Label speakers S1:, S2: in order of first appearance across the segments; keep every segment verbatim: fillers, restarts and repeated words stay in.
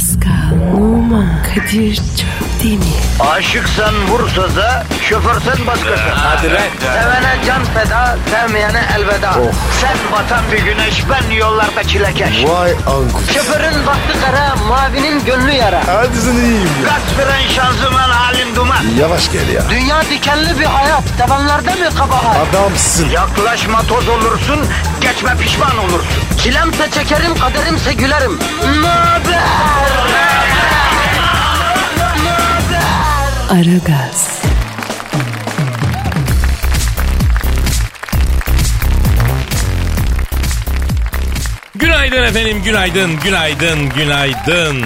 S1: Pascal, Oman, Kadir çok değil mi?
S2: Aşıksan vursa da, şoförsen başkasın.
S3: Hadi lan.
S2: Sevene can feda, sevmeyene elveda.
S3: Oh.
S2: Sen batan bir güneş, ben yollarda çilekeş.
S3: Vay anku.
S2: Şoförün baktı kara, mavinin gönlü yara.
S3: Hadi sen iyiyim ya.
S2: Kasperen şanzıman halin duman.
S3: Yavaş gel ya.
S2: Dünya dikenli bir hayat, sevenlerde mi kabahar?
S3: Adamsın.
S2: Yaklaşma toz olursun, geçme pişman olursun. Çilemse çekerim, kaderimse gülerim. Möber!
S1: Aragaz.
S4: Günaydın efendim, günaydın, günaydın, günaydın.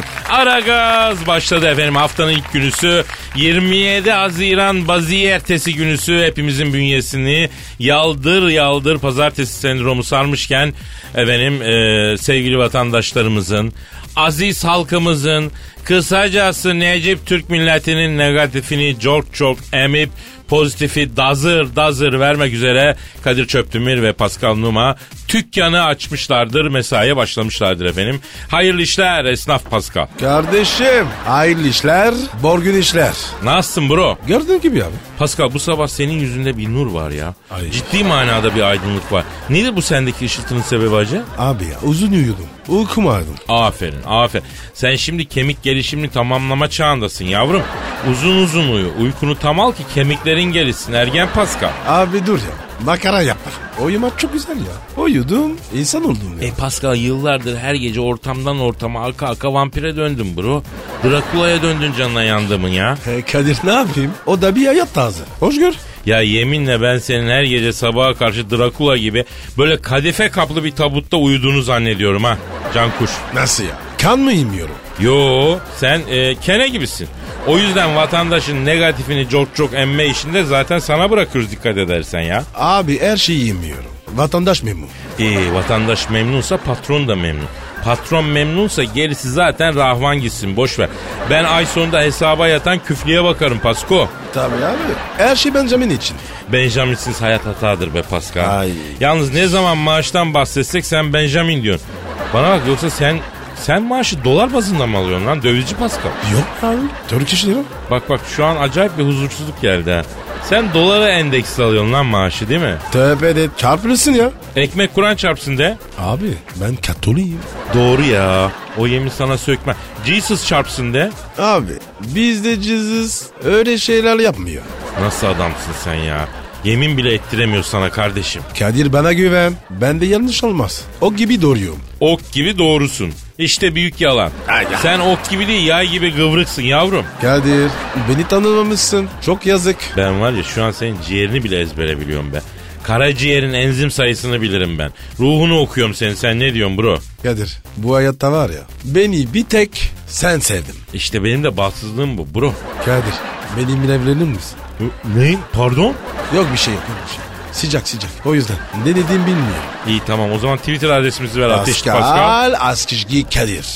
S4: Aragaz başladı efendim, haftanın ilk günüsü. yirmi yedi Haziran Baziye ertesi günüsü hepimizin bünyesini yaldır yaldır pazartesi sendromu sarmışken efendim e, sevgili vatandaşlarımızın, aziz halkımızın, kısacası Necip Türk milletinin negatifini çok çok emip pozitifi dazır dazır vermek üzere Kadir Çöptümür ve Pascal Numa dükkanı açmışlardır, mesaiye başlamışlardır efendim. Hayırlı işler esnaf Pascal.
S3: Kardeşim hayırlı işler, bol gün işler.
S4: Nasılsın bro?
S3: Gördüğün gibi abi.
S4: Pascal, bu sabah senin yüzünde bir nur var ya.
S3: Ay.
S4: Ciddi manada bir aydınlık var. Nedir bu sendeki ışıltının sebebi hacı?
S3: Abi ya uzun uyudum. Uykum aldım.
S4: Aferin aferin. Sen şimdi kemik gelişimini tamamlama çağındasın yavrum. Uzun uzun uyu. Uykunu tam al ki kemiklerin gelişsin ergen Pascal.
S3: Abi dur ya. Makara yapma. Uyumak çok güzel ya. Uyudum, insan oldum ya.
S4: E Pascal, yıllardır her gece ortamdan ortama aka aka vampire döndün bro. Drakula'ya döndün canına yandımın ya.
S3: He Kadir ne yapayım? O da bir hayat tarzı. Hoş gör.
S4: Ya yeminle ben senin her gece sabaha karşı Drakula gibi böyle kadife kaplı bir tabutta uyuduğunu zannediyorum ha. Cankuş.
S3: Nasıl ya? Kan mı yemiyorum?
S4: Yo, sen e, kene gibisin. O yüzden vatandaşın negatifini çok çok emme işinde zaten sana bırakıyoruz dikkat edersen ya.
S3: Abi her şeyi yemiyorum. Vatandaş memnun.
S4: E, vatandaş memnunsa patron da memnun. Patron memnunsa gerisi zaten rahvan gitsin, boş ver. Ben ay sonunda hesaba yatan küflüğe bakarım Pasko.
S3: Tabii abi. Her şey Benjamin için.
S4: Benjamin'siz hayat hatadır be Pascal.
S3: Ay.
S4: Yalnız ne zaman maaştan bahsetsek sen Benjamin diyorsun. Bana bak, yoksa sen sen maaşı dolar bazında mı alıyorsun lan dövizci Pascal?
S3: Yok abi. Türk lira.
S4: Bak bak, şu an acayip bir huzursuzluk geldi ha. Sen dolara endeksli alıyorsun lan maaşı değil mi?
S3: Tövbe de çarpılırsın ya.
S4: Ekmek Kur'an çarpsın de.
S3: Abi ben Katoliyim.
S4: Doğru ya. O yemin sana sökme. Jesus çarpsın de.
S3: Abi bizde Jesus öyle şeyler yapmıyor.
S4: Nasıl adamsın sen ya? Yemin bile ettiremiyor sana kardeşim.
S3: Kadir bana güven. Ben de yanlış olmaz. O gibi doğruyum.
S4: Ok gibi doğrusun. İşte büyük yalan.
S3: Ay.
S4: Sen ok gibi değil, yay gibi kıvrıksın yavrum.
S3: Kadir beni tanımamışsın. Çok yazık.
S4: Ben var ya, şu an senin ciğerini bile ezbere biliyorum ben. Karaciğerin enzim sayısını bilirim ben. Ruhunu okuyorum senin. Sen ne diyorsun bro?
S3: Kadir bu hayatta var ya, beni bir tek sen sevdin.
S4: İşte benim de bahtsızlığım bu bro.
S3: Kadir benimle evlenir misin?
S4: Ne? Pardon?
S3: Yok bir şey yok, yok bir şey. Sıcak sıcak. O yüzden ne dediğimi bilmiyorum.
S4: İyi tamam, o zaman Twitter adresimizi ver. Ateşli
S3: Pascal,
S4: Pascal.
S3: Askizgi Kadir.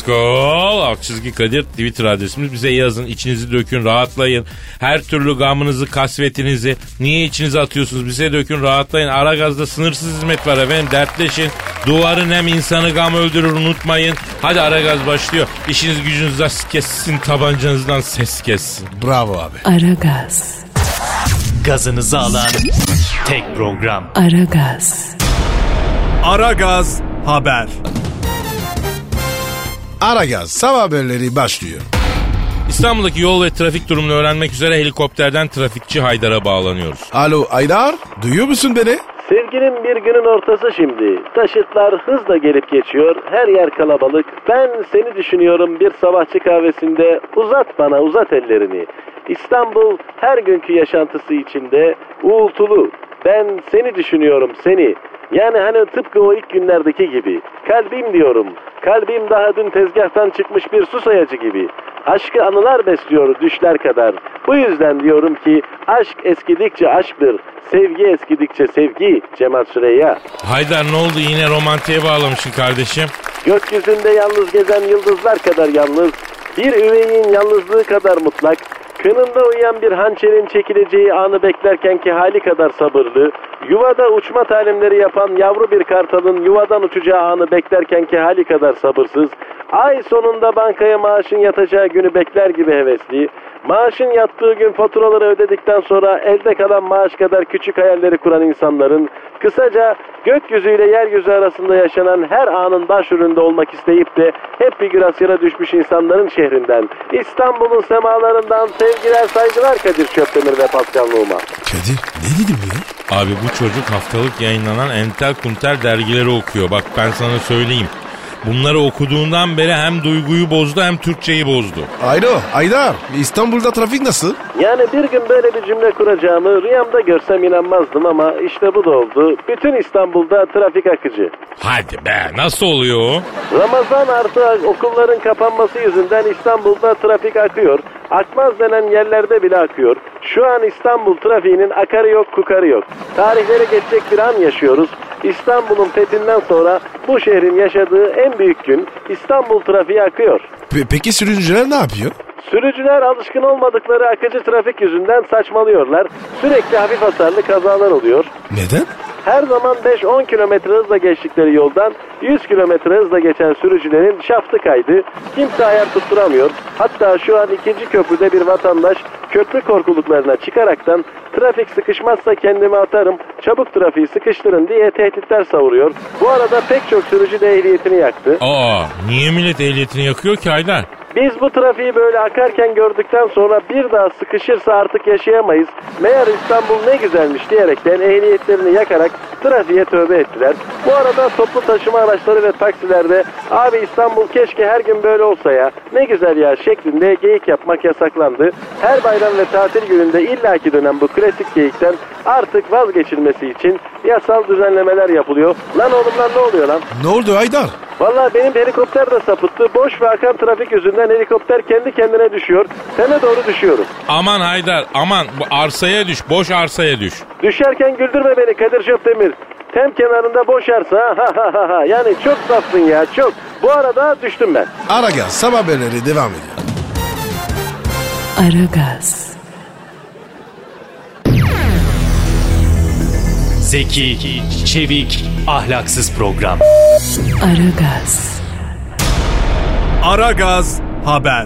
S4: Pascal Askizgi Kadir Twitter adresimiz. Bize yazın, içinizi dökün, rahatlayın. Her türlü gamınızı, kasvetinizi niye içinize atıyorsunuz? Bize dökün, rahatlayın. Aragaz'da sınırsız hizmet var efendim. Dertleşin. Duvarın hem insanı gam öldürür, unutmayın. Hadi Aragaz başlıyor. İşiniz gücünüz rast kessin, tabancanızdan ses kessin.
S3: Bravo abi.
S1: Aragaz.
S5: Gazınızı alan tek program.
S1: Aragaz.
S5: Aragaz Haber.
S3: Aragaz sabah haberleri başlıyor.
S4: İstanbul'daki yol ve trafik durumunu öğrenmek üzere helikopterden trafikçi Haydar'a bağlanıyoruz.
S3: Alo Aydar, duyuyor musun beni?
S6: Sevgilim, bir günün ortası şimdi. Taşıtlar hızla gelip geçiyor. Her yer kalabalık. Ben seni düşünüyorum bir sabahçı kahvesinde. Uzat bana, uzat ellerini. İstanbul her günkü yaşantısı içinde uğultulu. Ben seni düşünüyorum, seni. Yani hani tıpkı o ilk günlerdeki gibi. Kalbim diyorum. Kalbim daha dün tezgahtan çıkmış bir su sayacı gibi. Aşkı anılar besliyor düşler kadar. Bu yüzden diyorum ki aşk eskidikçe aşktır. Sevgi eskidikçe sevgi. Cemal Süreyya.
S4: Haydar, ne oldu, yine romantiğe bağlamışsın kardeşim?
S6: Gökyüzünde yalnız gezen yıldızlar kadar yalnız. Bir üveyin yalnızlığı kadar mutlak. Kınında uyuyan bir hançerin çekileceği anı beklerkenki hali kadar sabırlı, yuvada uçma talimleri yapan yavru bir kartalın yuvadan uçacağı anı beklerkenki hali kadar sabırsız, Ay sonunda bankaya maaşın yatacağı günü bekler gibi hevesli. Maaşın yattığı gün faturaları ödedikten sonra elde kalan maaş kadar küçük hayalleri kuran insanların, kısaca gökyüzüyle yeryüzü arasında yaşanan her anın başrolünde olmak isteyip de hep figürasyona düşmüş insanların şehrinden, İstanbul'un semalarından sevgiler saygılar Kadir Çöptemir ve Pascal Numa.
S3: Kadir ne dedim ya?
S4: Abi bu çocuk haftalık yayınlanan entel kuntel dergileri okuyor. Bak ben sana söyleyeyim. Bunları okuduğundan beri hem duyguyu bozdu hem Türkçeyi bozdu.
S3: Alo Aydar, İstanbul'da trafik nasıl?
S6: Yani bir gün böyle bir cümle kuracağımı rüyamda görsem inanmazdım ama işte bu da oldu. Bütün İstanbul'da trafik akıcı.
S4: Hadi be, nasıl oluyor o?
S6: Ramazan artı okulların kapanması yüzünden İstanbul'da trafik akıyor. Akmaz denen yerlerde bile akıyor. Şu an İstanbul trafiğinin akarı yok kukarı yok. Tarihleri geçecek bir an yaşıyoruz. İstanbul'un fethinden sonra bu şehrin yaşadığı en büyük gün. İstanbul trafiği akıyor.
S3: Pe- peki sürücüler ne yapıyor?
S6: Sürücüler alışkın olmadıkları akıcı trafik yüzünden saçmalıyorlar. Sürekli hafif hasarlı kazalar oluyor.
S3: Neden?
S6: Her zaman beş on kilometre hızla geçtikleri yoldan yüz kilometre hızla geçen sürücülerin şaftı kaydı. Kimse ayar tutturamıyor. Hatta şu an ikinci köprüde bir vatandaş köprü korkuluklarına çıkaraktan trafik sıkışmazsa kendimi atarım, çabuk trafiği sıkıştırın diye tehditler savuruyor. Bu arada pek çok sürücü de ehliyetini yaktı.
S4: Aa, niye millet ehliyetini yakıyor ki Haydar?
S6: Biz bu trafiği böyle akarken gördükten sonra bir daha sıkışırsa artık yaşayamayız. Meğer İstanbul ne güzelmiş diyerekten ehliyetlerini yakarak trafiğe tövbe ettiler. Bu arada toplu taşıma araçları ve taksilerde abi İstanbul keşke her gün böyle olsa ya, ne güzel ya şeklinde geyik yapmak yasaklandı. Her bayram ve tatil gününde illaki dönen bu klasik geyikten artık vazgeçilmesi için yasal düzenlemeler yapılıyor. Lan oğlum lan ne oluyor lan?
S3: Ne oldu Aydar?
S6: Vallahi benim helikopter de sapıttı. Boş ve akan trafik yüzünden helikopter kendi kendine düşüyor. Sene doğru düşüyorum.
S4: Aman Haydar aman, bu arsaya düş, boş arsaya düş.
S6: Düşerken güldürme beni Kadir Çöptemir. Tem kenarında boş arsa ha ha ha ha. Yani çok safsın ya çok. Bu arada düştüm ben.
S3: Aragaz sabah haberleri devam ediyor.
S1: Aragaz.
S5: Zeki, çevik, ahlaksız program.
S1: Aragaz.
S5: Aragaz haber.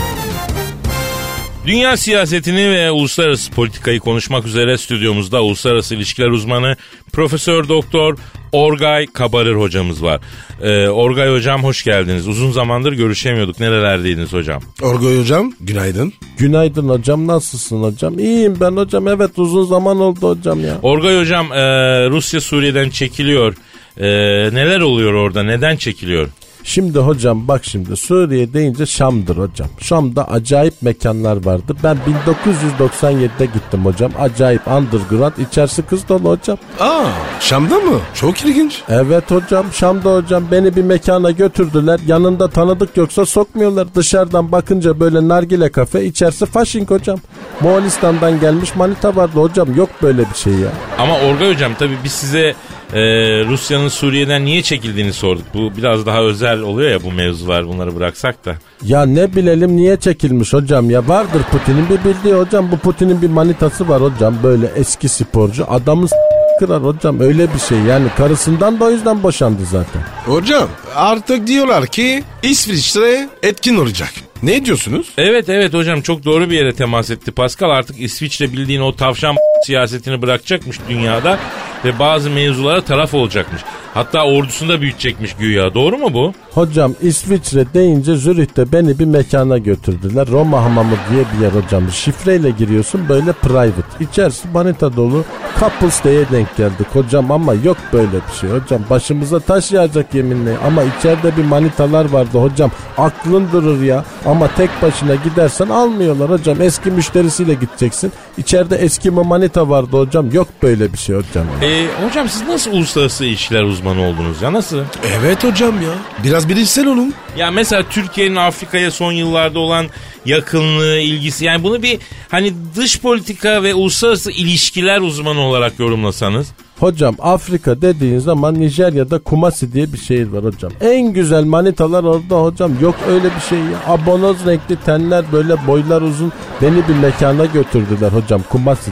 S4: Dünya siyasetini ve uluslararası politikayı konuşmak üzere stüdyomuzda uluslararası ilişkiler uzmanı Profesör Doktor Orgay Kabarır hocamız var. Ee, Orgay hocam hoş geldiniz. Uzun zamandır görüşemiyorduk. Nerelerdeydiniz hocam?
S3: Orgay hocam günaydın.
S7: Günaydın hocam, nasılsın hocam? İyiyim ben hocam, evet uzun zaman oldu hocam ya.
S4: Orgay hocam e, Rusya Suriye'den çekiliyor. E, neler oluyor orada? Neden çekiliyor?
S7: Şimdi hocam bak, şimdi Suriye deyince Şam'dır hocam. Şam'da acayip mekanlar vardı. Ben bin dokuz yüz doksan yedide gittim hocam. Acayip underground, içerisi kız dolu hocam.
S3: Aa, Şam'da mı? Çok ilginç.
S7: Evet hocam, Şam'da hocam. Beni bir mekana götürdüler. Yanında tanıdık yoksa sokmuyorlar. Dışarıdan bakınca böyle nargile kafe, içerisi faşink hocam. Moğolistan'dan gelmiş manita vardı hocam. Yok böyle bir şey ya.
S4: Ama Orgay hocam tabii biz size e, Rusya'nın Suriye'den niye çekildiğini sorduk. Bu biraz daha özel oluyor ya bu mevzular, bunları bıraksak da.
S7: Ya ne bilelim niye çekilmiş hocam ya, vardır Putin'in bir bildiği hocam. Bu Putin'in bir manitası var hocam, böyle eski sporcu. Adamı s- kırar hocam, öyle bir şey yani, karısından da o yüzden boşandı zaten.
S3: Hocam artık diyorlar ki İsviçre etkin olacak. Ne diyorsunuz?
S4: Evet evet hocam, çok doğru bir yere temas etti Pascal. Artık İsviçre bildiğin o tavşan siyasetini bırakacakmış dünyada ve bazı mevzulara taraf olacakmış. Hatta ordusunu da büyütecekmiş güya. Doğru mu bu?
S7: Hocam İsviçre deyince Zürih'te beni bir mekana götürdüler. Roma Hamamı diye bir yer hocam. Şifreyle giriyorsun, böyle private. İçerisi manita dolu. Couples diye denk geldik hocam ama yok böyle bir şey hocam. Başımıza taş yağacak yeminle. Ama içeride bir manitalar vardı hocam. Aklın durur ya. Ama tek başına gidersen almıyorlar hocam. Eski müşterisiyle gideceksin. İçeride eski mi manita vardı hocam. Yok böyle bir şey hocam.
S4: Ee, hocam siz nasıl uluslararası ilişkiler uzmanı oldunuz ya, nasıl?
S3: Evet hocam ya. Biraz bilimsel olun.
S4: Ya mesela Türkiye'nin Afrika'ya son yıllarda olan yakınlığı, ilgisi, yani bunu bir hani dış politika ve uluslararası ilişkiler uzmanı olarak yorumlasanız.
S7: Hocam Afrika dediğin zaman Nijerya'da Kumasi diye bir şehir var hocam. En güzel manitalar orada hocam. Yok öyle bir şey ya. Abonoz renkli tenler, böyle boylar uzun. Beni bir mekana götürdüler hocam Kumasi'de.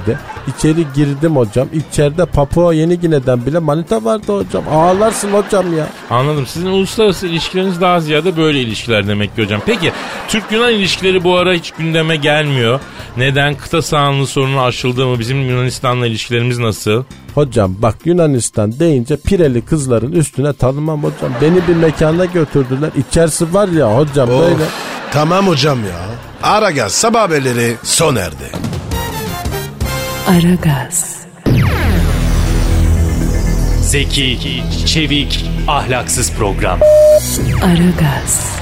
S7: İçeri girdim hocam. İçeride Papua Yeni Gine'den bile manita vardı hocam. Ağlarsın hocam ya.
S4: Anladım. Sizin uluslararası ilişkileriniz daha ziyade böyle ilişkiler demek ki hocam. Peki Türk-Yunan ilişkileri bu ara hiç gündeme gelmiyor. Neden? Kıta sahanlığı sorunu aşıldı mı? Bizim Yunanistan'la ilişkilerimiz nasıl?
S7: Hocam bak Yunanistan deyince pireli kızların üstüne tanımam hocam. Beni bir mekana götürdüler. İçerisi var ya hocam
S3: Of,
S7: böyle.
S3: tamam hocam ya. Aragaz sabah haberleri sona erdi.
S1: Aragaz,
S5: Zeki, çevik, ahlaksız program.
S1: Aragaz,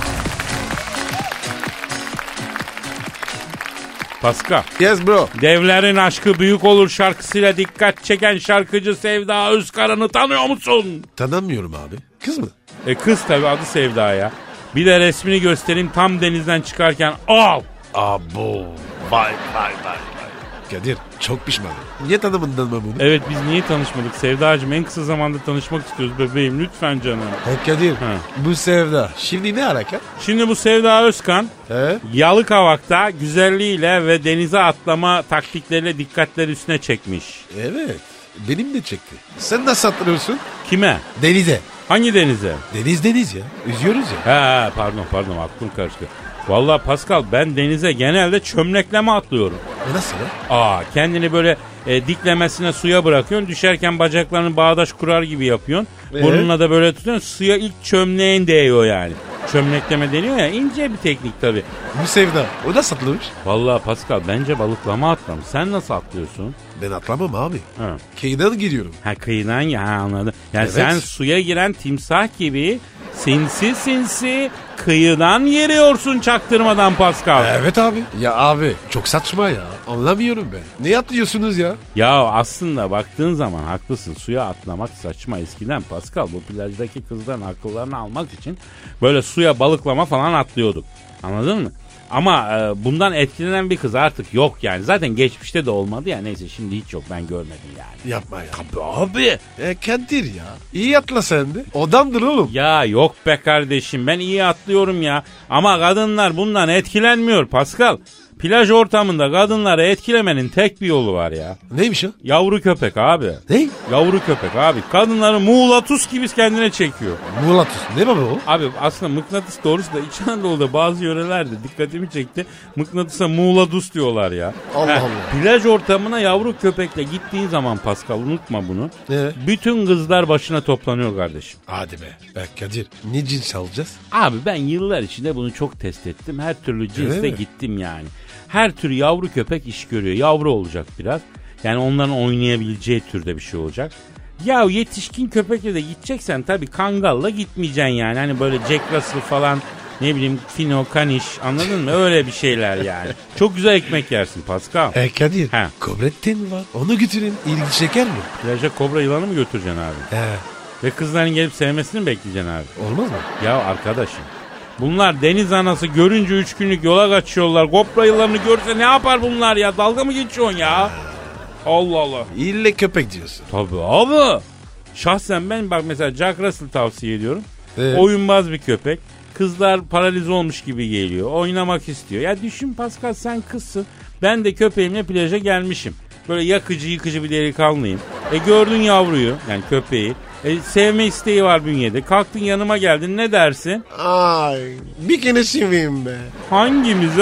S4: Pascal.
S3: Yes bro.
S4: Devlerin aşkı büyük olur şarkısıyla dikkat çeken şarkıcı Sevda Özkaran'ı tanıyor musun?
S3: Tanımıyorum abi. Kız mı?
S4: E kız tabi, adı Sevda ya. Bir de resmini göstereyim, tam denizden çıkarken al.
S3: Abo. Vay vay vay. Kadir çok pişmanım. Niye tanımadın mı bunu?
S4: Evet, biz niye tanışmadık Sevdacığım? En kısa zamanda tanışmak istiyoruz bebeğim, lütfen canım.
S3: He Kadir
S4: Ha.
S3: bu Sevda şimdi ne hareket?
S4: Şimdi bu Sevda Özkan
S3: He?
S4: Yalıkavak'ta güzelliğiyle ve denize atlama taktikleriyle dikkatleri üstüne çekmiş.
S3: Evet benim de çekti. Sen nasıl atlıyorsun?
S4: Kime?
S3: Denize.
S4: Hangi denize?
S3: Deniz deniz ya. Üzüyoruz ya.
S4: Ha pardon pardon aklım karıştı. Vallahi Pascal, ben denize genelde çömlekleme atlıyorum.
S3: E nasıl ya?
S4: Aa, kendini böyle e, diklemesine suya bırakıyorsun. Düşerken bacaklarını bağdaş kurar gibi yapıyorsun.
S3: Ee?
S4: Burnuna da böyle tutuyorsun. Suya ilk çömleğin değiyor yani. Çömlekleme deniyor ya, ince bir teknik tabii.
S3: Bu Sevda o nasıl atlıyormuş?
S4: Vallahi Pascal, bence balıklama atlamış. Sen nasıl atlıyorsun?
S3: Ben atlamam abi.
S4: Ha,
S3: Kıyıdan giriyorum.
S4: ha kıyıdan ya, ha, anladım. Yani
S3: Evet.
S4: sen suya giren timsah gibi sinsi sinsi kıyıdan giriyorsun çaktırmadan Pascal.
S3: Evet abi. Ya abi çok saçma ya. Anlamıyorum ben. Ne atlıyorsunuz ya?
S4: Ya aslında baktığın zaman haklısın. Suya atlamak saçma. Eskiden Pascal bu plajdaki kızların akıllarını almak için böyle suya balıklama falan atlıyorduk. Anladın mı? Ama e, bundan etkilenen bir kız artık yok yani. Zaten geçmişte de olmadı ya. Neyse, şimdi hiç yok, ben görmedim yani.
S3: Yapma ya.
S4: Abi abi.
S3: E Kadir ya. İyi atla sen de. Odamdır oğlum.
S4: Ya yok be kardeşim, ben iyi atlıyorum ya. Ama kadınlar bundan etkilenmiyor Pascal. Plaj ortamında kadınları etkilemenin tek bir yolu var ya.
S3: Neymiş o?
S4: Yavru köpek abi.
S3: Ne?
S4: Yavru köpek abi. Kadınları muğlatus gibi kendine çekiyor.
S3: Muğlatus. Ne baba o?
S4: Abi aslında mıknatıs doğrusu da İç Anadolu'da bazı yörelerde dikkatimi çekti. Mıknatısa muğladus diyorlar ya.
S3: Allah
S4: Heh,
S3: Allah.
S4: Plaj ortamına yavru köpekle gittiğin zaman Pascal, unutma bunu.
S3: Evet.
S4: Bütün kızlar başına toplanıyor kardeşim.
S3: Hadi be. Be Kadir. Ne cins alacağız?
S4: Abi ben yıllar içinde bunu çok test ettim. Her türlü cinsle
S3: Öyle mi?
S4: gittim yani. Her tür yavru köpek iş görüyor. Yavru olacak biraz. Yani onların oynayabileceği türde bir şey olacak. Ya yetişkin köpekle de gideceksen tabii Kangal'la gitmeyeceksin yani. Hani böyle Jack Russell falan, ne bileyim Fino, Kaniş, anladın mı? Öyle bir şeyler yani. Çok güzel ekmek yersin Pascal.
S3: E Kadir.
S4: He.
S3: Kobretten var. Onu götürün. İlgi çeker mi?
S4: Plaja kobra yılanı mı götüreceksin abi?
S3: He.
S4: Ve kızların gelip sevmesini mi bekleyeceksin abi?
S3: Olmaz mı?
S4: Ya arkadaşım, bunlar deniz anası görünce üç günlük yola kaçıyorlar. Kobra yılanını görse ne yapar bunlar ya? Dalga mı geçiyorsun ya? Allah Allah.
S3: İlle köpek diyorsun.
S4: Tabii abi. Şahsen ben bak mesela Jack Russell tavsiye ediyorum.
S3: Evet.
S4: Oyunbaz bir köpek. Kızlar paralize olmuş gibi geliyor. Oynamak istiyor. Ya düşün Pascal, sen kızsın. Ben de köpeğimle plaja gelmişim. Böyle yakıcı yıkıcı bir delikanlıyım. E gördün yavruyu, yani köpeği. E, sevme isteği var bünyede. Kalktın yanıma geldin, ne dersin?
S3: Ay. Bir kere seveyim be.
S4: Hangimizi?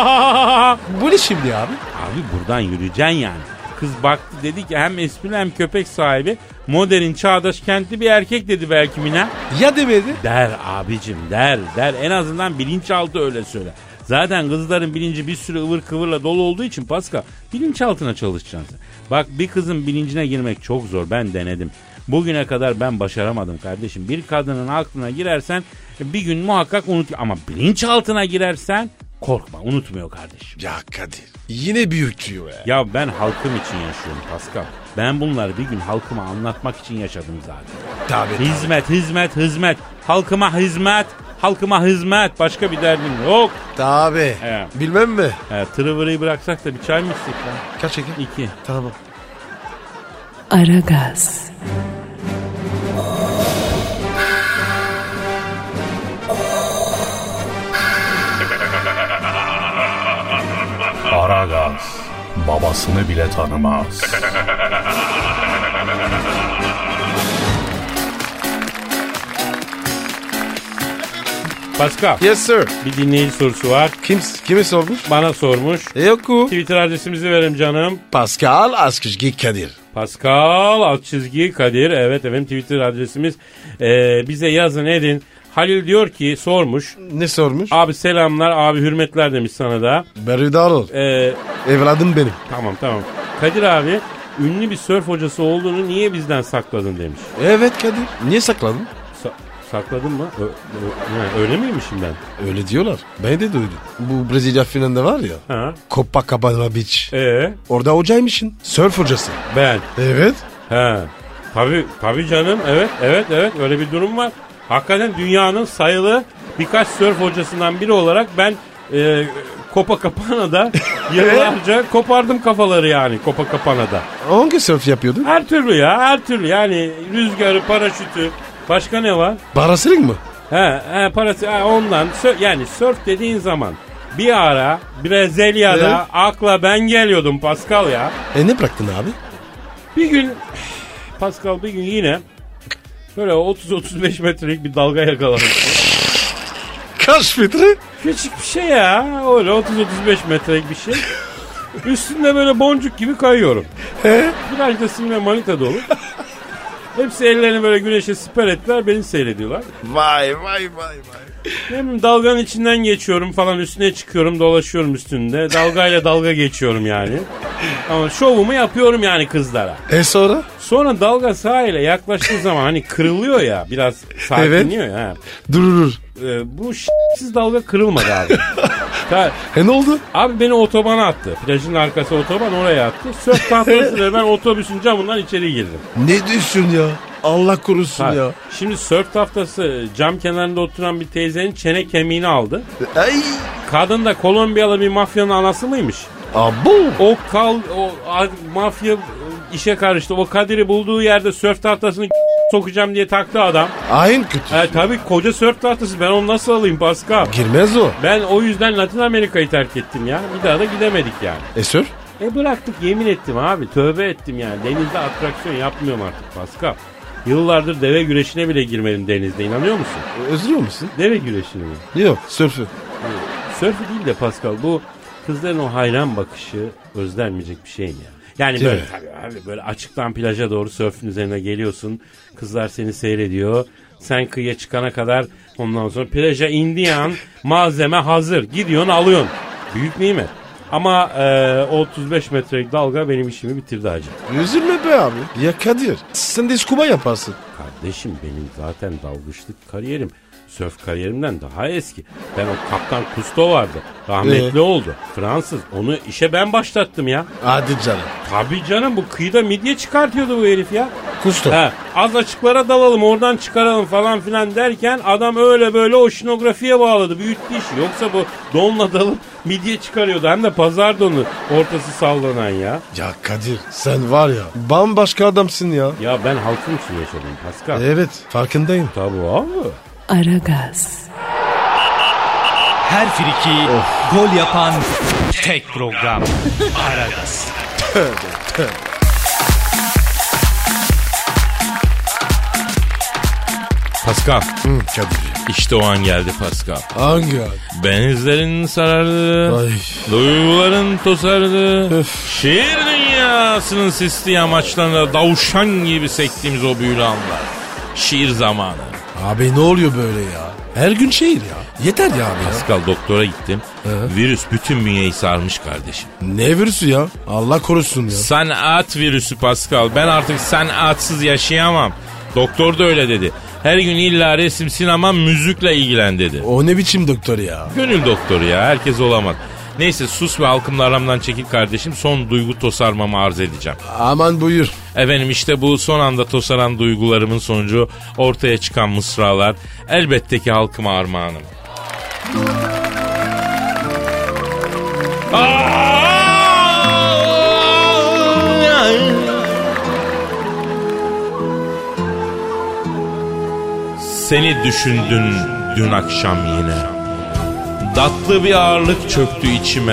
S3: Bu ne şimdi abi?
S4: Abi buradan yürüyeceksin yani. Kız baktı, dedi ki hem esprili hem köpek sahibi, modern, çağdaş, kentli bir erkek dedi belki Mina.
S3: Ya demedi?
S4: Der abicim, der der. En azından bilinçaltı öyle söyler. Zaten kızların bilinci bir sürü ıvır kıvırla dolu olduğu için Pascal, bilinçaltına çalışacaksın sen. Bak, bir kızın bilincine girmek çok zor, ben denedim. Bugüne kadar ben başaramadım kardeşim. Bir kadının aklına girersen bir gün muhakkak unut. Ama bilinçaltına girersen korkma, unutmuyor kardeşim.
S3: Ya Kadir. Yine büyütüyor ya.
S4: Ya ben halkım için yaşıyorum Pascal. Ben bunları bir gün halkıma anlatmak için yaşadım zaten.
S3: Tabii.
S4: Hizmet, hizmet, hizmet. Halkıma hizmet, halkıma hizmet. Başka bir derdim yok.
S3: Tabii.
S4: He.
S3: Bilmem mi?
S4: He, tırıvırıyı bıraksak da bir çay mı içsek lan?
S3: Kaç şeker?
S4: İki.
S3: Tamam.
S1: Aragaz,
S5: Aragaz. babasını bile tanımaz.
S4: Pascal,
S3: Yes sir.
S4: bir dinleyici sorusu var.
S3: Kim, kime sormuş?
S4: Bana sormuş.
S3: E yok o.
S4: Twitter adresimizi verelim canım.
S3: Pascal Askışgi Kadir.
S4: Pascal alt çizgi Kadir. Evet efendim, Twitter adresimiz. Ee, bize yazın edin. Halil diyor ki, sormuş.
S3: Ne sormuş?
S4: Abi selamlar, abi hürmetler demiş sana da.
S3: Berhudar ol.
S4: Ee,
S3: Evladım benim.
S4: tamam tamam. Kadir abi ünlü bir sörf hocası olduğunu niye bizden sakladın demiş.
S3: Evet Kadir. Niye sakladın?
S4: Sa- sakladın mı? Ö- ö- öyle miymişim ben?
S3: Öyle diyorlar. Ben de duydum. Bu Brezilya finalinde var ya.
S4: Ha?
S3: Copacabana Beach.
S4: Ee,
S3: Orada hocaymışsın. Surf hocası.
S4: ben.
S3: Evet.
S4: He. Tabii tabii canım. Evet evet evet öyle bir durum var. Hakikaten dünyanın sayılı birkaç sörf hocasından biri olarak ben e, Copacabana'da yıllarca kopardım kafaları yani Copacabana'da.
S3: Hangi surf yapıyordun?
S4: Her türlü ya her türlü yani rüzgarı, paraşütü, başka ne var?
S3: Parasırık mı?
S4: He, he parası he, ondan sö- yani sörf dediğin zaman bir ara Brezilya'da
S3: Evet.
S4: akla ben geliyordum Pascal ya.
S3: E ne bıraktın abi?
S4: Bir gün Pascal bir gün yine böyle otuz otuz beş metrelik bir dalga yakaladım.
S3: Kaç metre?
S4: Küçük bir şey ya. Öyle otuz otuz beş metrelik bir şey. Üstünde böyle boncuk gibi kayıyorum.
S3: He?
S4: Biraz da sinir manita dolu. Hepsi ellerini böyle güneşe siper ettiler. Beni seyrediyorlar.
S3: Vay vay vay vay.
S4: Hem dalganın içinden geçiyorum falan, üstüne çıkıyorum, dolaşıyorum üstünde. Dalgayla dalga geçiyorum yani. Ama şovumu yapıyorum yani kızlara.
S3: E sonra?
S4: Sonra dalga sahile yaklaştığı zaman hani kırılıyor ya, biraz sakinliyor ya. Ha.
S3: Dur dur.
S4: Ee, bu s**siz dalga kırılmadı abi. Ta-
S3: E ne oldu?
S4: Abi beni otobana attı. Plajın arkası otoban, oraya attı. Sörf tahtasıyla ben otobüsün camından içeri girdim.
S3: Ne diyorsun ya? Allah korusun
S4: Ha,
S3: ya.
S4: Şimdi sörf tahtası cam kenarında oturan bir teyzenin çene kemiğini aldı.
S3: Ay.
S4: Kadın da Kolombiyalı bir mafyanın anası mıymış?
S3: Abo.
S4: O kal o a- mafya işe karıştı. O Kadir'i bulduğu yerde sörf tahtasını sokacağım diye taktı adam.
S3: Ayın kötü.
S4: E, tabii koca sörf tahtası, ben onu nasıl alayım Pascal?
S3: Girmez o.
S4: Ben o yüzden Latin Amerika'yı terk ettim ya. Bir daha da gidemedik yani.
S3: E sörf?
S4: E bıraktık, yemin ettim abi. Tövbe ettim yani. Denizde atraksiyon yapmıyorum artık Pascal. Yıllardır deve güreşine bile girmedim denizde, inanıyor musun?
S3: Özlüyor musun?
S4: Deve güreşine mi?
S3: Yok sörfü.
S4: Sörfü değil de Pascal, bu kızların o hayran bakışı özlenmeyecek bir şey mi ya? Yani
S3: Değil
S4: böyle
S3: mi?
S4: tabii abi, böyle açıktan plaja doğru sörfün üzerine geliyorsun. Kızlar seni seyrediyor. Sen kıyıya çıkana kadar, ondan sonra plaja indiğin an malzeme hazır. Gidiyorsun alıyorsun. Büyük nimet. Ama e, otuz beş metrelik dalga benim işimi bitirdi hacı.
S3: Üzülme be abi. Ya Kadir, sen de scuba yaparsın.
S4: Kardeşim benim zaten dalgıçlık kariyerim sörf kariyerimden daha eski. Ben o Kaptan Cousteau vardı. Rahmetli
S3: Ee?
S4: oldu. Fransız. Onu işe ben başlattım ya.
S3: Hadi canım.
S4: Tabii canım, bu kıyıda midye çıkartıyordu bu herif ya.
S3: Kusto.
S4: He, az açıklara dalalım, oradan çıkaralım falan filan derken adam öyle böyle oşinografiye bağladı. Büyüttü işi. Yoksa bu donla dalıp midye çıkarıyordu. Hem de pazar donu, ortası sallanan ya.
S3: Ya Kadir, sen var ya bambaşka adamsın ya.
S4: Ya ben halkım için yaşadım Pascal.
S3: Evet, farkındayım.
S4: Tabii abi.
S1: Aragaz,
S5: Her friki gol yapan tek program. Aragaz.
S4: Pascal,
S3: Hı, Kadir.
S4: işte o an geldi Pascal.
S3: Hangi abi?
S4: Benizlerin sarardı,
S3: Ay.
S4: duyguların tosardı.
S3: Öf.
S4: Şiir dünyasının sisli yamaçlarında davuşan gibi sektiğimiz o büyülü anlar. Şiir zamanı.
S3: Abi ne oluyor böyle ya? Her gün şehir ya. Yeter ya abi ya.
S4: Pascal, doktora gittim.
S3: Hı.
S4: Virüs bütün bünyeyi sarmış kardeşim.
S3: Ne virüsü ya? Allah korusun ya.
S4: Sanat virüsü Pascal. Ben artık sanatsız yaşayamam. Doktor da öyle dedi. Her gün illa resim, sinema, müzikle ilgilen dedi.
S3: O ne biçim doktor ya?
S4: Gönül doktoru ya, herkes olamaz. Neyse sus ve halkımla aramdan çekil kardeşim. Son duygu tosarmamı arz edeceğim.
S3: Aman buyur.
S4: Efendim işte bu son anda tosaran duygularımın sonucu ortaya çıkan mısralar elbette ki halkıma armağanım. Seni düşündün dün akşam yine. Tatlı bir ağırlık çöktü içime.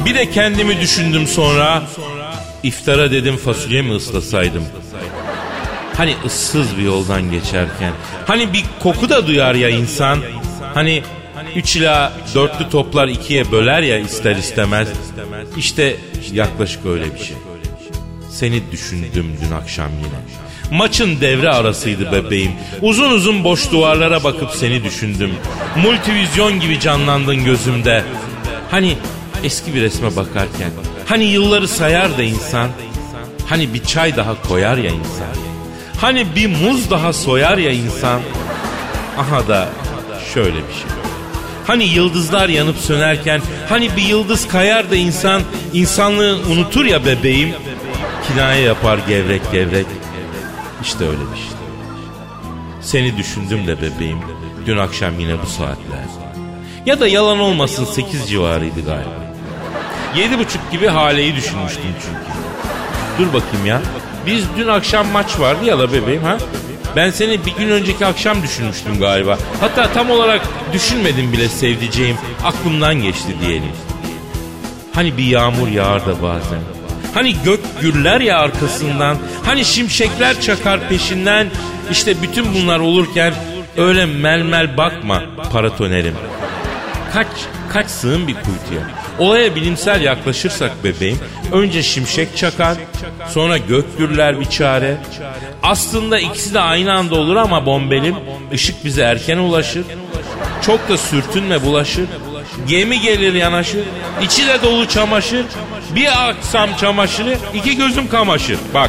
S4: Bir de kendimi düşündüm sonra. İftara dedim fasulye mi ıslasaydım? Hani ıssız bir yoldan geçerken. Hani bir koku da duyar ya insan. Hani üç ila dörtlü toplar ikiye böler ya ister istemez. İşte yaklaşık öyle bir şey. Seni düşündüm dün akşam yine. Maçın devre arasıydı bebeğim. Uzun uzun boş duvarlara bakıp seni düşündüm. Multivizyon gibi canlandın gözümde. Hani eski bir resme bakarken. Hani yılları sayar da insan. Hani bir çay daha koyar ya insan. Hani bir muz daha soyar ya insan. Aha da şöyle bir şey. Hani yıldızlar yanıp sönerken, hani bir yıldız kayar da insan insanlığı unutur ya bebeğim. Kinaye yapar gevrek gevrek. İşte öyle bir şey. Seni düşündüm de bebeğim. Dün akşam yine bu saatler. Ya da yalan olmasın sekiz civarıydı galiba. Yedi buçuk gibi Hale'yi düşünmüştüm çünkü. Dur bakayım ya. Biz dün akşam maç vardı ya la bebeğim ha. Ben seni bir gün önceki akşam düşünmüştüm galiba. Hatta tam olarak düşünmedim bile sevdiceğim. Aklımdan geçti diyelim. Hani bir yağmur yağar da bazen. Hani gök gürler ya arkasından. Hani şimşekler çakar peşinden. İşte bütün bunlar olurken öyle melmel bakma paratonerim. Kaç, kaç sığın bir kuytuya. Olaya bilimsel yaklaşırsak bebeğim, önce şimşek çakar, sonra gök gürler bir çare. Aslında ikisi de aynı anda olur ama bombelim, ışık bize erken ulaşır. Çok da sürtünme bulaşır. Gemi gelir yanaşır, içi de dolu çamaşır. Bir aksam çamaşırı, iki gözüm kamaşır. Bak.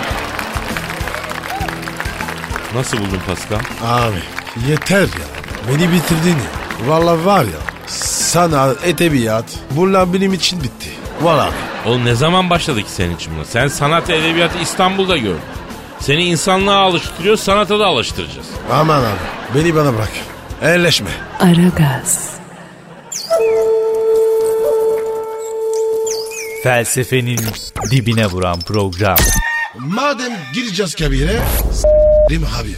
S4: Nasıl buldun Pascal?
S3: Abi yeter ya. Beni bitirdin ya. Vallahi var ya. Sana edebiyat bunlar benim için bitti. Vallahi.
S4: Oğlum ne zaman başladı ki senin için bu? Sen sanat edebiyatı İstanbul'da gördün. Seni insanlığa alıştırıyor, sanata da alıştıracağız.
S3: Aman abi beni bana bırak. Elleşme.
S1: Aragaz.
S5: Felsefenin dibine vuran program.
S3: Madem gireceğiz kabire, s***rim abi.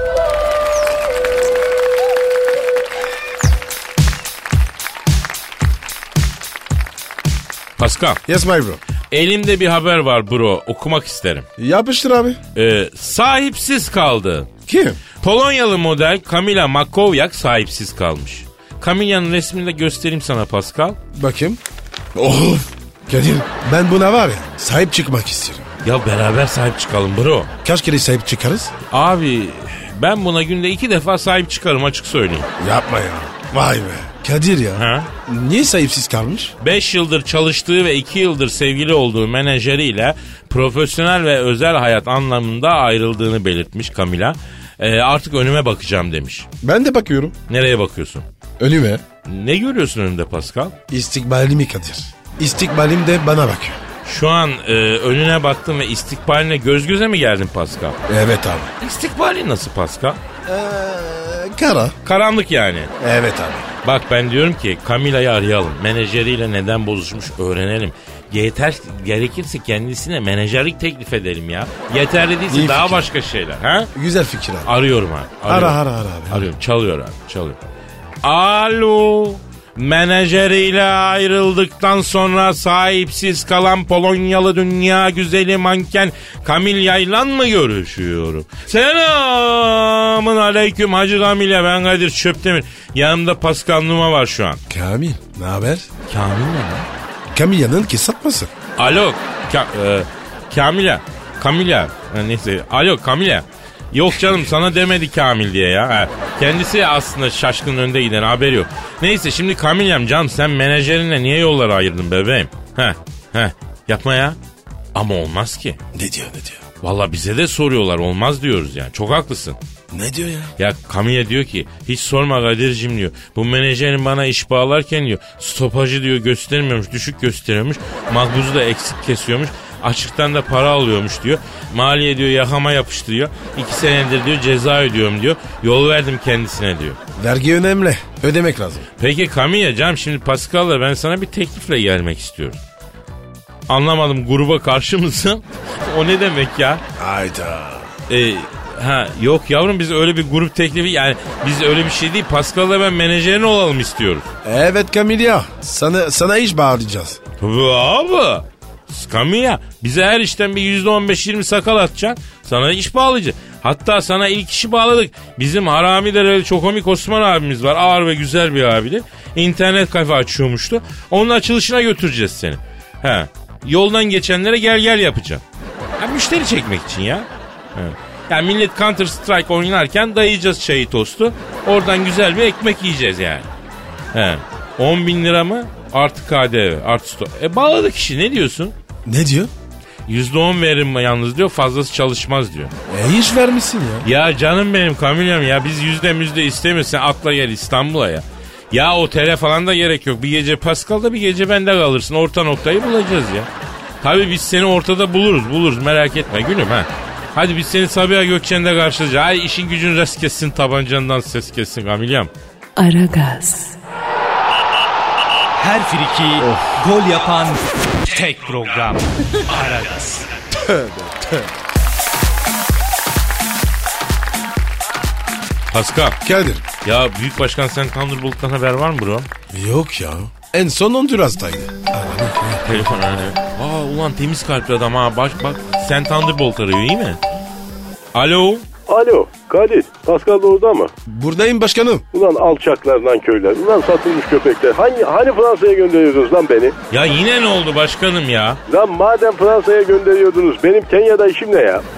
S4: Pascal.
S3: Yes my bro.
S4: Elimde bir haber var bro. Okumak isterim.
S3: Yapıştır abi.
S4: Ee, sahipsiz kaldı.
S3: Kim?
S4: Polonyalı model Kamila Makowiak sahipsiz kalmış. Kamila'nın resmini de göstereyim sana Pascal.
S3: Bakayım. Of. Kadir ben buna var ya sahip çıkmak istiyorum.
S4: Ya beraber sahip çıkalım bro.
S3: Kaç kere sahip çıkarız?
S4: Abi ben buna günde iki defa sahip çıkarım açık söyleyeyim.
S3: Yapma ya. Vay be. Kadir ya.
S4: Ha?
S3: Niye sahipsiz kalmış?
S4: beş yıldır çalıştığı ve iki yıldır sevgili olduğu menajeriyle profesyonel ve özel hayat anlamında ayrıldığını belirtmiş Kamila. Ee, artık önüme bakacağım demiş.
S3: Ben de bakıyorum.
S4: Nereye bakıyorsun?
S3: Önüme.
S4: Ne görüyorsun önünde Pascal?
S3: İstikbalimi Kadir. İstikbalim de bana bakıyor.
S4: Şu an e, önüne baktın ve istikbaline göz göze mi geldin Pascal?
S3: Evet abi.
S4: İstikbalin nasıl Pascal?
S3: Ee, kara.
S4: Karanlık yani.
S3: Evet abi.
S4: Bak ben diyorum ki Kamila'yı arayalım. Menajeriyle neden bozuşmuş öğrenelim. Yeter gerekirse kendisine menajerlik teklif edelim ya. Yeterli değilse
S3: İyi
S4: daha
S3: fikir.
S4: başka şeyler. Ha?
S3: Güzel fikir abi.
S4: Arıyorum abi. Arıyorum.
S3: Ara ara ara abi.
S4: Arıyorum. Çalıyor abi. Çalıyor. Alo. Menajeriyle ayrıldıktan sonra sahipsiz kalan Polonyalı dünya güzeli manken Kamilya'yla mı görüşüyorum? Selamın aleyküm Hacı Kamilya, ben Kadir Çöptemir. Yanımda Pascal Numa var şu an.
S3: Kamil ne haber?
S4: Kamil ne lan?
S3: Kamilya'nın kesatması.
S4: Alo Ka- e, Kamilya. Kamilya. Ha, neyse. Alo Kamilya. Yok canım sana demedi Kamil diye ya. Ha, kendisi aslında şaşkın önde giden, haberi yok. Neyse şimdi Kamilyam canım sen menajerinle niye yolları ayırdın bebeğim? Heh heh yapma ya. Ama olmaz ki.
S3: Ne diyor ne diyor?
S4: Valla bize de soruyorlar, olmaz diyoruz yani. Çok haklısın.
S3: Ne diyor ya?
S4: Ya Kamilya diyor ki hiç sorma Kadir'cim diyor. Bu menajerin bana iş bağlarken diyor stopajı diyor göstermiyormuş, düşük gösteriyormuş. Makbuzu da eksik kesiyormuş. Açıktan da para alıyormuş diyor. Maliye diyor yakama yapıştırıyor. İki senedir diyor ceza ödüyorum diyor. Yol verdim kendisine diyor.
S3: Vergi önemli. Ödemek lazım.
S4: Peki Kamilya canım şimdi Pascal'la ben sana bir teklifle gelmek istiyorum. Anlamadım, gruba karşı mısın? O ne demek ya?
S3: Hayda.
S4: Ee, ha yok yavrum biz öyle bir grup teklifi yani biz öyle bir şey değil. Pascal'la ben menajerin olalım istiyoruz.
S3: Evet Kamilya. Sana, sana iş bağlayacağız.
S4: Tabii abi. Skamya bize her işten bir yüzde on beş yirmi sakal atacaksın. Sana iş bağlayacak. Hatta sana ilk işi bağladık. Bizim Haramiler çok komik Osman abimiz var. Ağır ve güzel bir abidir. İnternet kafe açıyormuştu. Onun açılışına götüreceğiz seni. He. Yoldan geçenlere gel gel yapacağım. Ha, müşteri çekmek için ya. He. Yani millet Counter Strike oynarken dayayacağız çayı tostu. Oradan güzel bir ekmek yiyeceğiz yani. He. on bin lira mı? Artı K D V. Artı stok. E bağladık işi, ne diyorsun?
S3: Ne diyor?
S4: yüzde on verim yalnız diyor, fazlası çalışmaz diyor.
S3: E iş vermişsin ya.
S4: Ya canım benim Kamilyam ya, biz yüzde müzde istemiyoruz, sen atla gel İstanbul'a ya. Ya otele falan da gerek yok, bir gece Pascal'da bir gece bende kalırsın, orta noktayı bulacağız ya. Tabii biz seni ortada buluruz buluruz merak etme gülüm ha. Hadi biz seni Sabiha Gökçen'de karşılayacağız. Ay işin gücün res kessin, tabancandan ses kessin Kamilyam.
S1: Aragaz.
S5: Her friki gol yapan tek program. Aragaz.
S3: Tövbe tövbe.
S4: Pascal.
S3: Kadir.
S4: Ya Büyük Başkan sen Thunderbolt'tan haber var mı bro?
S3: Yok ya. En son Honduras'taydı.
S4: Telefon hani. Aa ulan temiz kalpli adam ha. Baş, bak sen Thunderbolt arıyor, iyi mi? Alo.
S6: Alo Kadir, Pascal da orada mı?
S3: Buradayım başkanım.
S6: Ulan alçaklar lan köyler. Ulan satılmış köpekler. Hani, hani Fransa'ya gönderiyordunuz lan beni?
S4: Ya yine ne oldu başkanım ya?
S6: Lan madem Fransa'ya gönderiyordunuz benim Kenya'da işim ne ya?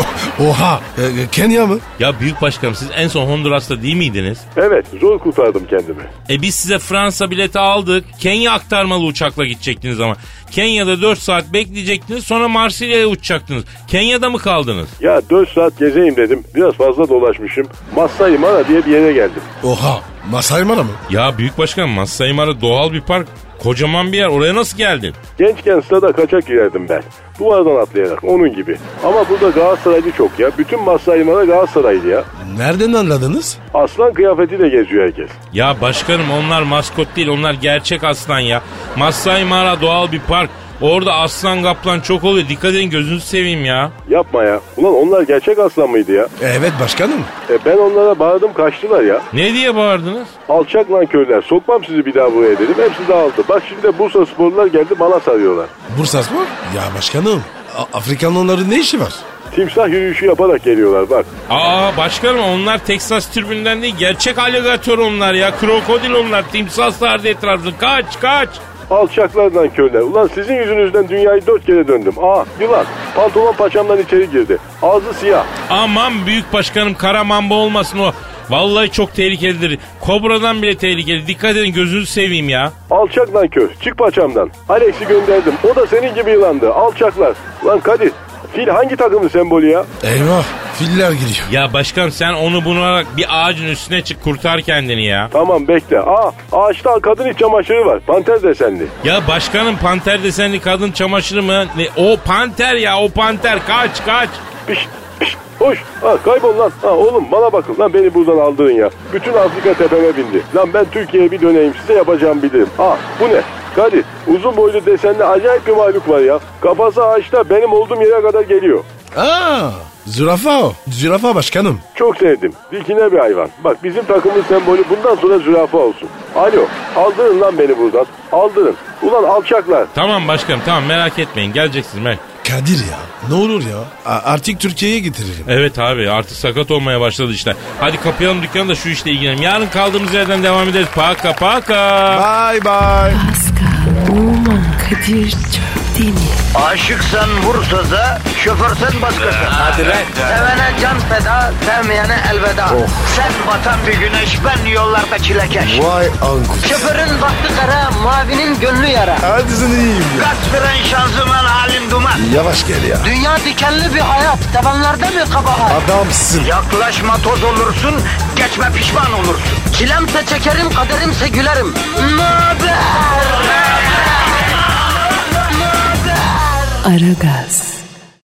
S3: Oha. E, Kenya mı?
S4: Ya Büyük Başkanım siz en son Honduras'ta değil miydiniz?
S6: Evet, zor kurtardım kendimi.
S4: E biz size Fransa bileti aldık. Kenya aktarmalı uçakla gidecektiniz ama. Kenya'da dört saat bekleyecektiniz, sonra Marsilya'ya uçacaktınız. Kenya'da mı kaldınız?
S6: Ya dört saat gezeyim dedim. Biraz fazla dolaşmışım. Masai Mara diye bir yere geldim.
S3: Oha. Masai Mara mı?
S4: Ya Büyük Başkanım Masai Mara doğal bir park. Kocaman bir yer, oraya nasıl geldin?
S6: Gençken stada kaçak girerdim ben. Duvardan atlayarak, onun gibi. Ama burada Galatasaraylı çok ya. Bütün Masai Mara Galatasaraylı ya.
S3: Nereden anladınız?
S6: Aslan kıyafetiyle geziyor herkes.
S4: Ya başkanım onlar maskot değil, onlar gerçek aslan ya. Masai Mara doğal bir park. Orada aslan kaplan çok oluyor. Dikkat edin, gözünüzü seveyim ya.
S6: Yapma ya. Ulan onlar gerçek aslan mıydı ya?
S3: Evet başkanım.
S6: E ben onlara bağırdım, kaçtılar ya.
S4: Ne diye bağırdınız?
S6: Alçak lan köyler. Sokmam sizi bir daha buraya dedim. Hepsi dağıldı. Bak şimdi Bursa sporlular geldi, bana sarıyorlar.
S3: Bursa Spor? Ya başkanım. A- Afrikanlıların ne işi var?
S6: Timsah yürüyüşü yaparak geliyorlar bak.
S4: Aa başkanım onlar Texas tribünden değil, gerçek aligatör onlar ya. Krokodil onlar, timsah sardı etrafını. Kaç kaç.
S6: Alçaklardan köyler. Ulan sizin yüzünüzden dünyayı dört kere döndüm. Aa yılan. Pantolon paçamdan içeri girdi. Ağzı siyah.
S4: Aman Büyük Başkanım, kara mamba olmasın o. Vallahi çok tehlikelidir. Kobradan bile tehlikeli. Dikkat edin, gözünüzü seveyim ya.
S6: Alçak lan köy. Çık paçamdan. Alex'i gönderdim. O da senin gibi yılandı. Alçaklar. Lan Kadir. Fil hangi takımın sembolü ya?
S3: Eyvah. Filler giriyor.
S4: Ya başkanım sen onu bunu alarak bir ağacın üstüne çık, kurtar kendini ya.
S6: Tamam bekle. Aa ağaçta kadın iç çamaşırı var. Panter desenli.
S4: Ya başkanım panter desenli kadın çamaşırı mı? Ne? O panter ya, o panter. Kaç kaç.
S6: Pişt pişt. Hoş. Ha kaybol lan. Ha oğlum bana bakın. Lan beni buradan aldırın ya. Bütün Afrika tepeme bindi. Lan ben Türkiye'ye bir döneyim. Size yapacağım bilirim. Ha bu ne? Kadir uzun boylu desenli acayip bir mahluk var ya. Kafası ağaçta benim olduğum yere kadar geliyor.
S3: Aa, zürafa o. Zürafa başkanım.
S6: Çok sevdim. Dikine bir hayvan. Bak bizim takımın sembolü bundan sonra zürafa olsun. Alo aldırın lan beni buradan. Aldırın. Ulan alçaklar.
S4: Tamam başkanım tamam, merak etmeyin, geleceksiniz merak.
S3: Kadir ya ne olur ya. A- artık Türkiye'ye getiririm.
S4: Evet abi artık sakat olmaya başladı işte. Hadi kapayalım dükkanı da şu işle ilgilenelim. Yarın kaldığımız yerden devam ederiz. Paka paka.
S3: Bye bye.
S1: Pascal, Oman, Kadir çok değil mi?
S2: Aşıksan vursa da, şoförsen başkasın. Hadi
S4: lan.
S2: Sevene can feda, sevmeyene elveda. Sen batan bir güneş, ben yollarda çilekeş.
S3: Vay anku.
S2: Şoförün baktı kara, mavinin gönlü yara.
S3: Hadi sen iyiyim ya.
S2: Kasperen şanzıman halin duman.
S3: Yavaş gel ya.
S2: Dünya dikenli bir hayat, sevenlerde mi kabahar?
S3: Adamsın.
S2: Yaklaşma toz olursun, geçme pişman olursun. Çilemse çekerim, kaderimse gülerim. Möber!
S1: Aragaz.